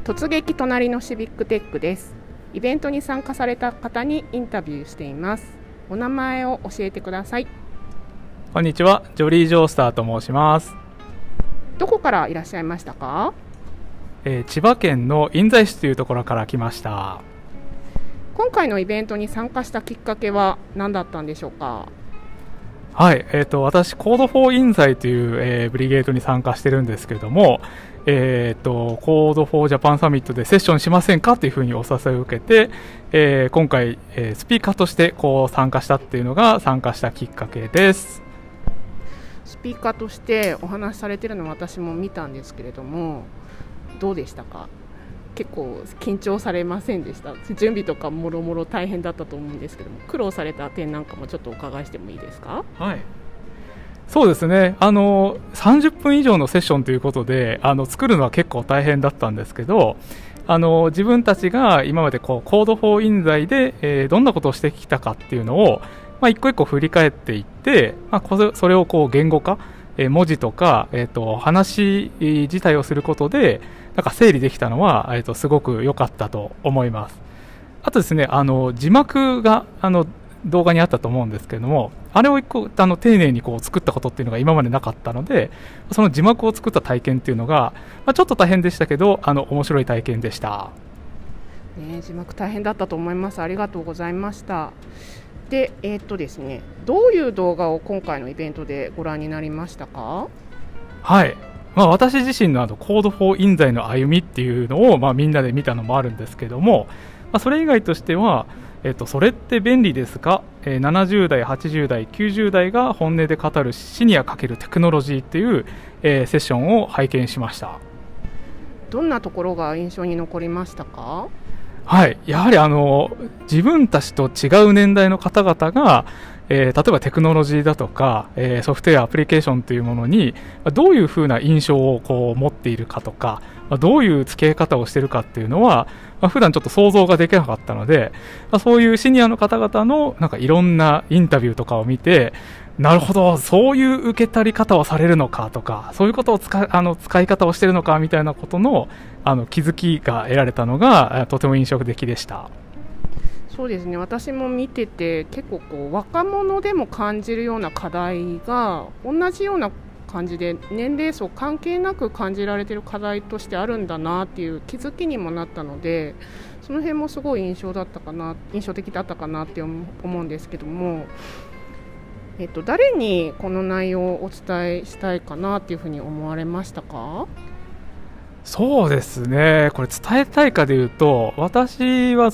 突撃隣のシビックテックです。イベントに参加された方にインタビューしています。お名前を教えてください。 こんにちは、ジョリー・ジョースターと申します。 どこからいらっしゃいましたか？ 千葉県の印西市というところから来ました。 今回のイベントに参加したきっかけは何だったんでしょうか？ はい、私コードフォー印西という、ブリゲードに参加してるんですけれども、コードフォージャパンサミットでセッションしませんかというふうにお誘いを受けて、今回、スピーカーとして参加したっていうのが参加したきっかけです。 スピーカーとしてお話しされているのを私も見たんですけれども、どうでしたか？結構緊張されませんでした？準備とかもろもろ大変だったと思うんですけども、苦労された点なんかもちょっとお伺いしてもいいですか？ はい、そうですね、30分以上のセッションということで作るのは結構大変だったんですけど、自分たちが今までコードフォー印西で、どんなことをしてきたかっていうのを、一個一個振り返っていって、それを言語化、文字とか、話自体をすることでなんか整理できたのは、すごく良かったと思います。あとですね、字幕が動画にあったと思うんですけれども、あれを一個丁寧に作ったことっていうのが今までなかったので、その字幕を作った体験っていうのが、ちょっと大変でしたけど面白い体験でした。 字幕大変だったと思います。ありがとうございました。で、ですね、どういう動画を今回のイベントでご覧になりましたか？ はい、私自身のコードフォー印西の歩みっていうのを、みんなで見たのもあるんですけども、それ以外としては、それって便利ですか、70代、80代、90代が本音で語るシニア×テクノロジーっていう、セッションを拝見しました。 どんなところが印象に残りましたか？ はい、やはり自分たちと違う年代の方々が、例えばテクノロジーだとか、ソフトウェアアプリケーションというものにどういうふうな印象を持っているかとか、どういう付き合い方をしているかっていうのは、普段ちょっと想像ができなかったので、そういうシニアの方々のなんかいろんなインタビューとかを見て、なるほど、そういう受け取り方をされるのかとか、そういうことを使い方をしているのかみたいなことの気づきが得られたのがとても印象的でした。 そうですね、私も見てて結構若者でも感じるような課題が同じような感じで年齢層関係なく感じられている課題としてあるんだなっていう気づきにもなったので、その辺もすごい印象的だったかなって思うんですけども、誰にこの内容をお伝えしたいかなっていうふうに思われましたか？ そうですね、これ伝えたいかでいうと、私は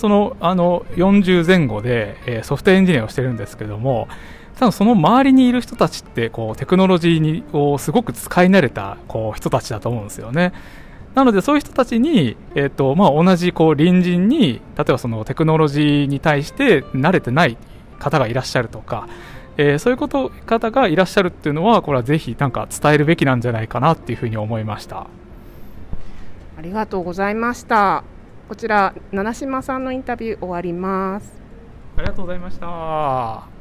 40前後で、ソフトエンジニアをしてるんですけども、多分その周りにいる人たちってテクノロジーをすごく使い慣れた人たちだと思うんですよね。なのでそういう人たちに、同じ隣人に例えばそのテクノロジーに対して慣れてない方がいらっしゃるとか、そういう方がいらっしゃるっていうのは、これはぜひなんか伝えるべきなんじゃないかなっていうふうに思いました。 ありがとうございました。こちら七島さんのインタビュー終わります。 ありがとうございました。